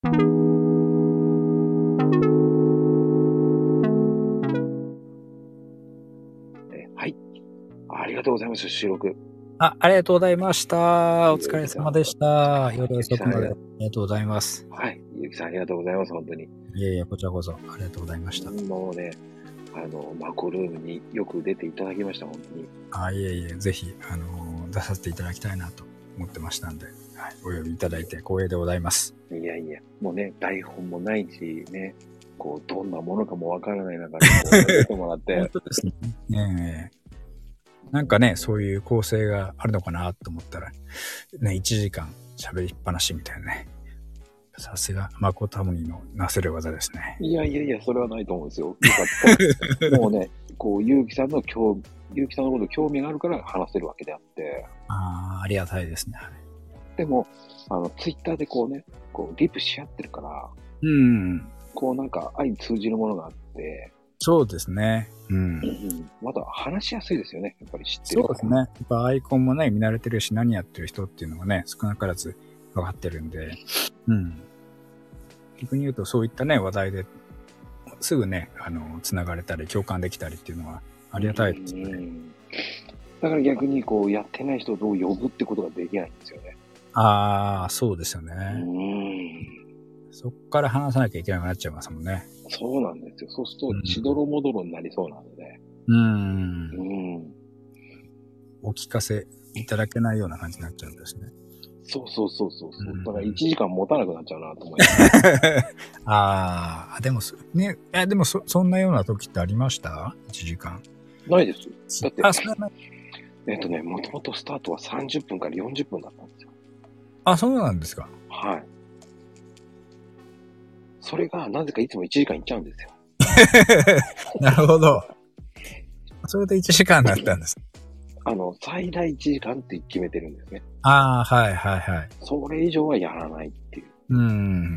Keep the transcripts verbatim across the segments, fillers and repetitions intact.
えはい。ありがとうございます、収録。 あ、ありがとうございました。お疲れ様でした。夜遅くまでありがとうございます。 はい。ゆうきさんありがとうございます、本当に。 いえいえ、こちらこそありがとうございました。 もうね、あの、マコルームによく出ていただきました、本当に。 あ、いえいえ、ぜひ、あの、出させていただきたいなと思ってましたんで、はい、お呼びいただいて光栄でございます。 いやいや、もうね、台本もないし、ね、こう、どんなものかもわからない中で、こう、出てもらって。 本当ですね。ねえ。なんかね、そういう構成があるのかなと思ったら、ね、いちじかん喋りっぱなしみたいなね。さすが、マコタモニのなせる技ですね。 いやいやいや、それはないと思うんですよ。よかった。もうね、こう、ゆうきさんの興味、ゆうきさんのこと興味があるから話せるわけであって。 ああ、ありがたいですね。 でも、あの、ツイッターでこうね、こう、リプし合ってるから、 うん。 こうなんか、愛通じるものがあって、 そうですね。うん。うん、 また話しやすいですよね。やっぱり知ってるから。 そうですね。やっぱアイコンもね、見慣れてるし、何やってる人っていうのがね、少なからず分かってるんで、うん。逆に言うと、そういったね、話題ですぐね、あの、繋がれたり、共感できたりっていうのはありがたいですよね。うん、 だから逆にこう、やってない人をどう呼ぶってことができないんですよね。 ああ、そうですよね。 うん。 そっから話さなきゃいけなくなっちゃいますもんね。 そうなんですよ。そうすると、血泥もどろになりそうなので。 うん。 うん。 お聞かせいただけないような感じになっちゃうんですね。 そうそうそうそう。うん、だからいちじかん持たなくなっちゃうなと思いああ、でも、ね、え、でもそ、そんなような時ってありました ?いち 時間。 ないです。だって、 あ、それはない。 えっとね、もともとスタートはさんじゅっぷんからよんじゅっぷんだったんですよ。 あ、そうなんですか。 はい。それが、なぜかいつもいちじかんいっちゃうんですよ。 なるほど。それでいちじかんだったんです。 あの、最大いちじかんって決めてるんですね。 ああ、はいはいはい。 それ以上はやらないっていう。 うん。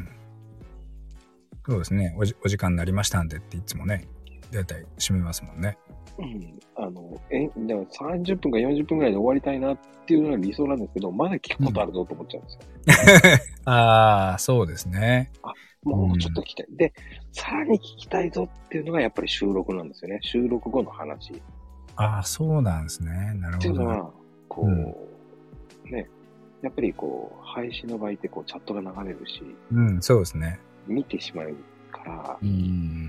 そうですね。おじ、お時間になりましたんでっていつもね、だいたい締めますもんね。 うん。あの、え、でもさんじゅっぷんかよんじゅっぷんぐらいで終わりたいなっていうのが理想なんですけど、まだ聞くことあるぞと思っちゃうんですよね。 うん、ああ、そうですね。 あ、もうちょっと聞きたい、うん。で、さらに聞きたいぞっていうのがやっぱり収録なんですよね。収録後の話。 ああ、そうなんですね。なるほど。 っていうのは、こう、うん、ね、やっぱりこう、配信の場合ってこう、チャットが流れるし、 うん、そうですね。 見てしまうから、 うん、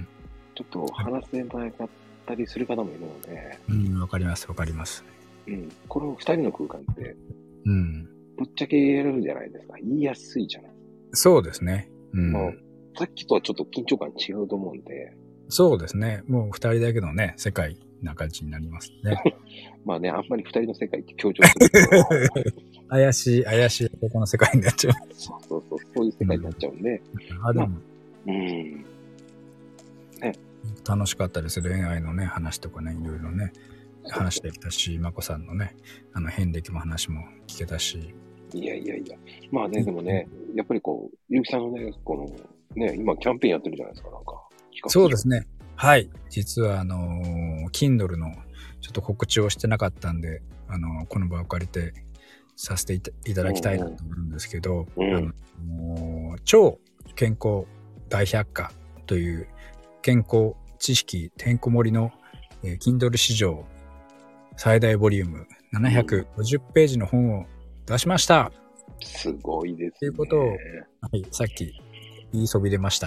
ちょっと話せなかったりする方もいるので。 うん、わかります、わかります。 うん。この二人の空間って、 うん。 ぶっちゃけ言えるじゃないですか。言いやすいじゃないですか。 そうですね。うん。 まあ、さっきとはちょっと緊張感違うと思うんで。 そうですね。もう二人だけのね、世界な感じになりますね。 まあね、あんまり二人の世界って強調すると。 怪しい、怪しい男の世界になっちゃう。 そうそうそう、そういう世界になっちゃうんで。 うん、あ、でも、まあ、 うん。ね。 楽しかったです。恋愛のね、話とかね、いろいろね、話してきたし、まこさんのね、あの、遍歴も話も聞けたし。 いやいやいや。まあね、でもね、やっぱりこう、ゆうきさんのね、この、ね、今キャンペーンやってるじゃないですか、なんか。 そうですね。はい。実は、あのー、Kindle のちょっと告知をしてなかったんで、あのー、この場を借りてさせていただきたいなと思うんですけど、うん、あのー、超健康大百科という健康知識てんこ盛りの、えー、Kindle 史上最大ボリュームななひゃくごじゅっページの本を出しました。 うん、すごいですね。 ということを、はい、さっき言いそびれました。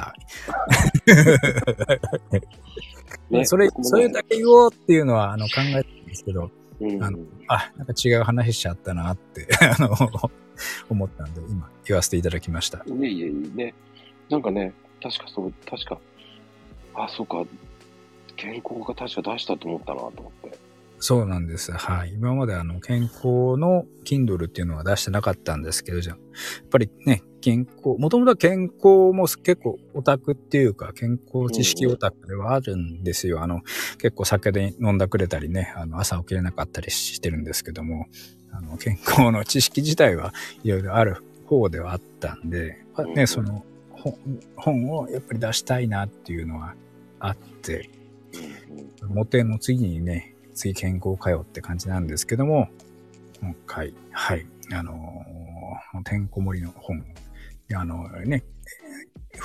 ね、それ、それだけ言おうっていうのは、あの、考えてたんですけど、うん、あの、あ、なんか違う話しちゃったなって、あの、思ったんで、今、言わせていただきました。 いえいえいえ、ね。なんかね、確かそう、確か、あ、そうか、健康が確か出したと思ったなと思って。 そうなんです。はい。今まであの、健康の Kindle っていうのは出してなかったんですけど、じゃあ、やっぱりね、健康、もともとは健康も結構オタクっていうか、健康知識オタクではあるんですよ。うんうん、あの、結構酒で飲んだくれたりね、あの、朝起きれなかったりしてるんですけども、あの、健康の知識自体はいろいろある方ではあったんで、うんうん、ね、その本、本をやっぱり出したいなっていうのはあって、うんうん、モテの次にね、次健康かよって感じなんですけども、今回、はい、あのー、てんこ盛りの本、あのね、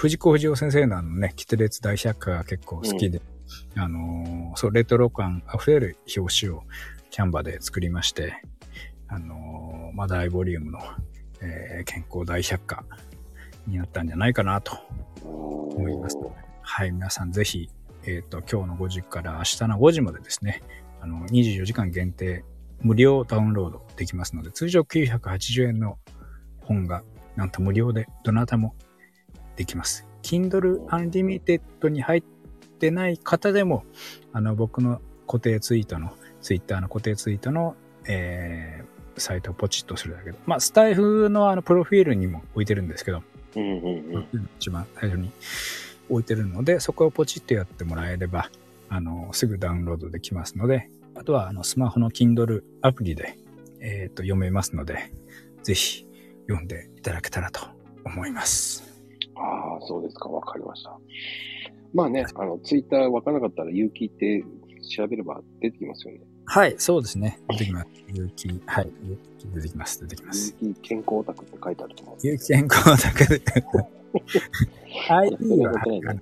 藤子不二雄先生のあのね、キテレツ大百科が結構好きで、うん、あのー、そう、レトロ感あふれる表紙をキャンバで作りまして、あのー、まあ、大ボリュームの、えー、健康大百科になったんじゃないかなと思います。はい、皆さんぜひ、えっと、今日のごじから明日のごじまでですね、あの、にじゅうよじかん限定、無料ダウンロードできますので、通常きゅうひゃくはちじゅうえんの本が、なんと無料でどなたもできます。Kindle Unlimited に入ってない方でも、あの、僕の固定ツイートの、Twitter の固定ツイートの、えー、サイトをポチッとするだけで、まあ、スタイフのあの、プロフィールにも置いてるんですけど、 うんうんうん、 一番最初に置いてるので、そこをポチッとやってもらえれば、あの、すぐダウンロードできますので、あとは、あの、スマホの Kindle アプリで、えっと、読めますので、ぜひ読んでいただけたらと思います。 ああ、そうですか。わかりました。まあね、あの、ツイッターわからなかったら、有機って調べれば出てきますよね。 はい、そうですね。出てきます。有機、はい、有機出てきます。出てきます。 有機健康オタクって書いてあると思う。 有機健康オタクで。アイディー は、はい、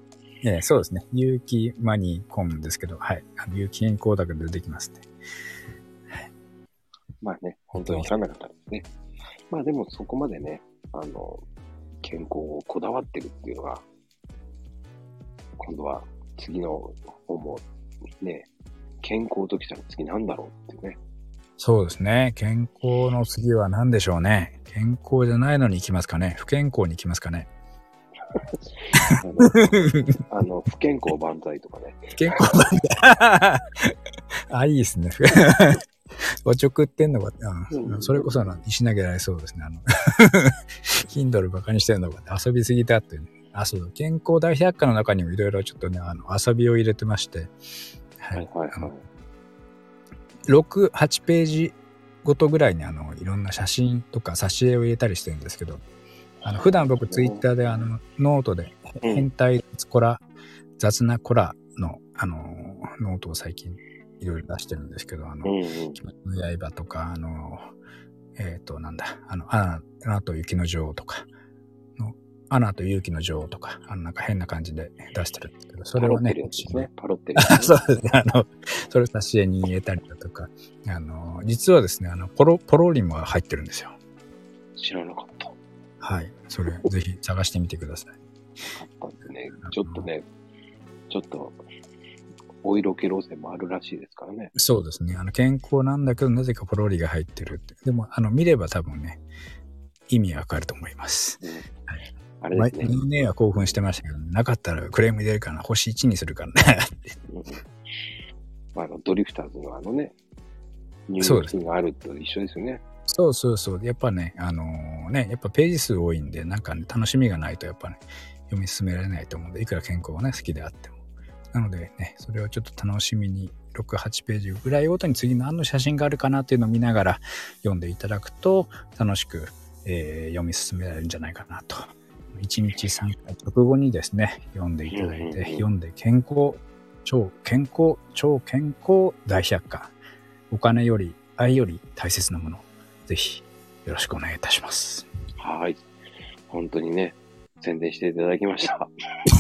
ええ、そうですね。有機マニーコムですけど、はい。有機健康オタクで出てきますね。 はい、まあね、本当にわからなかったですね。まあでもそこまでね、あの、健康をこだわってるっていうのが、今度は次の本もね、健康ときたら次なんだろうっていうね。 そうですね。健康の次は何でしょうね。健康じゃないのに行きますかね。不健康に行きますかね。 あ, のあの、不健康万歳とかね。 不健康万歳。あ、いいですね。おちょくってんのか、うん、それこそ石投げられそうですね。あの、Kindle バカにしてんのか遊びすぎたっていうね。あ、そう、健康大百科の中にもいろいろちょっとね、あの、遊びを入れてまして、 はい、はいはいはい、 ろく、はちページごとぐらいにあの、いろんな写真とか挿絵を入れたりしてるんですけど、あの、普段僕ツイッターであの、ノートで、変態コラ、雑なコラの、あの、ノートを最近いろいろ出してるんですけど、あの、鬼滅の刃とか、あの、えっと、なんだ、あの、アナと雪の女王とか、のアナと勇気の女王とか、あの、なんか変な感じで出してるんですけど、それはね、 パロってるやつですね。 そうですね、あの、それを挿絵に入れたりだとか、あの、実はですね、あの、ポロ、ポロリンも入ってるんですよ。 知らなかった。 はい。それ、ぜひ探してみてください。 あったんでね、ちょっとね、ちょっと、お色気路線もあるらしいですからね。 そうですね。あの、健康なんだけど、なぜかポロリが入ってるって。でも、あの、見れば多分ね、意味わかると思います。うん、はい。あれですね。みんなは興奮してましたけど、なかったらクレーム入れるからな、星いちにするからね。 うん、まあ、あのドリフターズのあのね、入力があると一緒ですよね。 そうそうそう。やっぱね、あのー、ね、やっぱページ数多いんで、なんかね、楽しみがないとやっぱね、読み進められないと思うんで、いくら健康がね、好きであっても。なのでね、それをちょっと楽しみに、ろく、はちページぐらいごとに次何の写真があるかなっていうのを見ながら読んでいただくと、楽しく、えー、読み進められるんじゃないかなと。いちにちさんかい直後にですね、読んでいただいて、うんうんうん、読んで健康、超健康、超健康大百科。お金より、愛より大切なもの。ぜひよろしくお願いいたします。 はい。本当にね、宣伝していただきました。も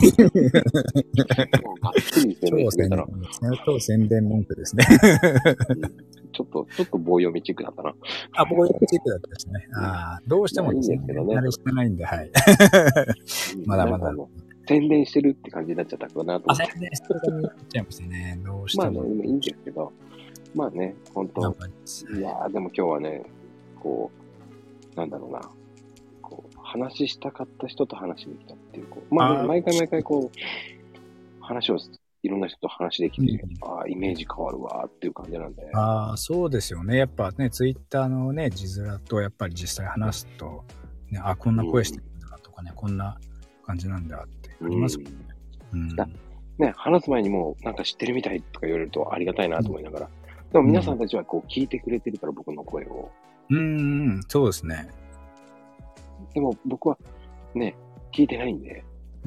うがっつり宣伝してくれたら。 超宣伝文句ですね。 ちょっと、ちょっと棒読みチックだったな。 あ、棒読みチックだったですね。ああ、どうしてもですね。いいんですけどね。あれしてないんで、はい。まだまだ。 宣伝してるって感じになっちゃったかなと思って。 あ、宣伝してる感じになっちゃいましたね。どうしても。 まあね、今いいんですけど。まあね、本当。いやー、でも今日はね、こう、なんだろうな、こう、話したかった人と話できたっていう、こう、まあ、ね、毎回毎回こう、話を、いろんな人と話できて、うん、ああ、イメージ変わるわーっていう感じなんで。 ああ、そうですよね。やっぱね、ツイッターのね、字面とやっぱり実際話すと、ね、あ、こんな声してるんだとかね、うん、こんな感じなんだってありますもんね。うん。うん、 ね、話す前にもうなんか知ってるみたいとか言われるとありがたいなと思いながら、うん、でも皆さんたちはこう聞いてくれてるから僕の声を。 うん、うん、そうですね。 でも僕はね、聞いてないんで、 うん、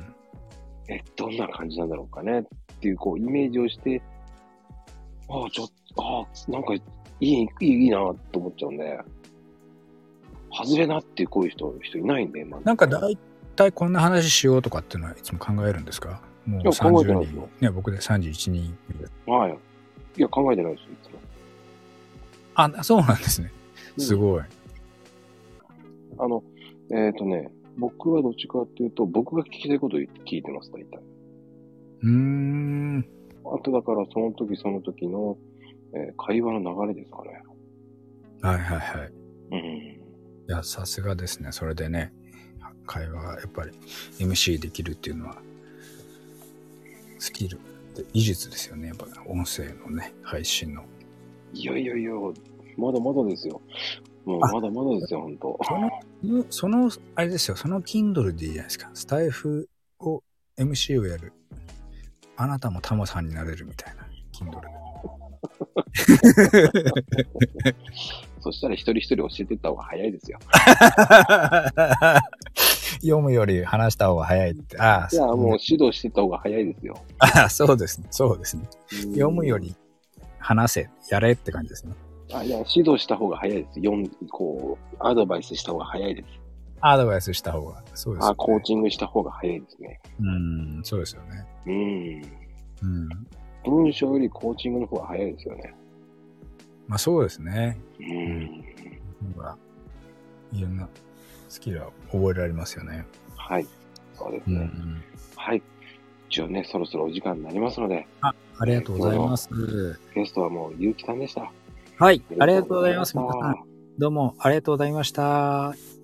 え、どんな感じなんだろうかねっていうこうイメージをして、ああ、ちょっと、ああ、なんかいい、いい、いいなと思っちゃうんで、外れなっていうこういう人、人いないんで、 まあ、なんか大対こんな話しようとかっていうのはいつも考えるんですか？もいうや、考えてないですさんじゅうにん。 よ。 ね、僕でさんじゅういちにん。 はい。いや、考えてないですよ、いつも。 あ、そうなんですね。すごい。 あの、えっ、とね、僕はどっちかっていうと、僕が聞きたいことを聞いてます、大体。 うーん。 あとだから、その時その時の、えー会話の流れですかね。 はいはいはい。 うん。 いや、さすがですね。それでね、会話がやっぱり エムシー できるっていうのは、スキルで技術ですよね。やっぱ音声のね、配信の。 いやいやいや、まだまだですよ。もうまだまだですよ、ほんと。 その、その、あれですよ、その Kindle でいいじゃないですか。スタイフを エムシー をやる。あなたもタモさんになれるみたいな。Kindle で。 そしたら一人一人教えてった方が早いですよ。 読むより話した方が早いって。ああ、 いや、もう指導してった方が早いですよ。 ああ、そうですね。そうですね。読むより話せ、やれって感じですね。 あ、いや、指導した方が早いです。読ん、こう、アドバイスした方が早いです。 アドバイスした方が。そうですね。 あ、コーチングした方が早いですね。 うん、そうですよね。 うん。 うん。 文章よりコーチングの方が早いですよね。 まあそうですね。 うん。 なんかいろんなスキルは覚えられますよね。 はい。そうですね。 うん、 はい。一応ね、そろそろお時間になりますので。 あ、ありがとうございます。 ゲストはもう、ゆうきさんでした。 はい、ありがとうございます。皆さん、どうもありがとうございました。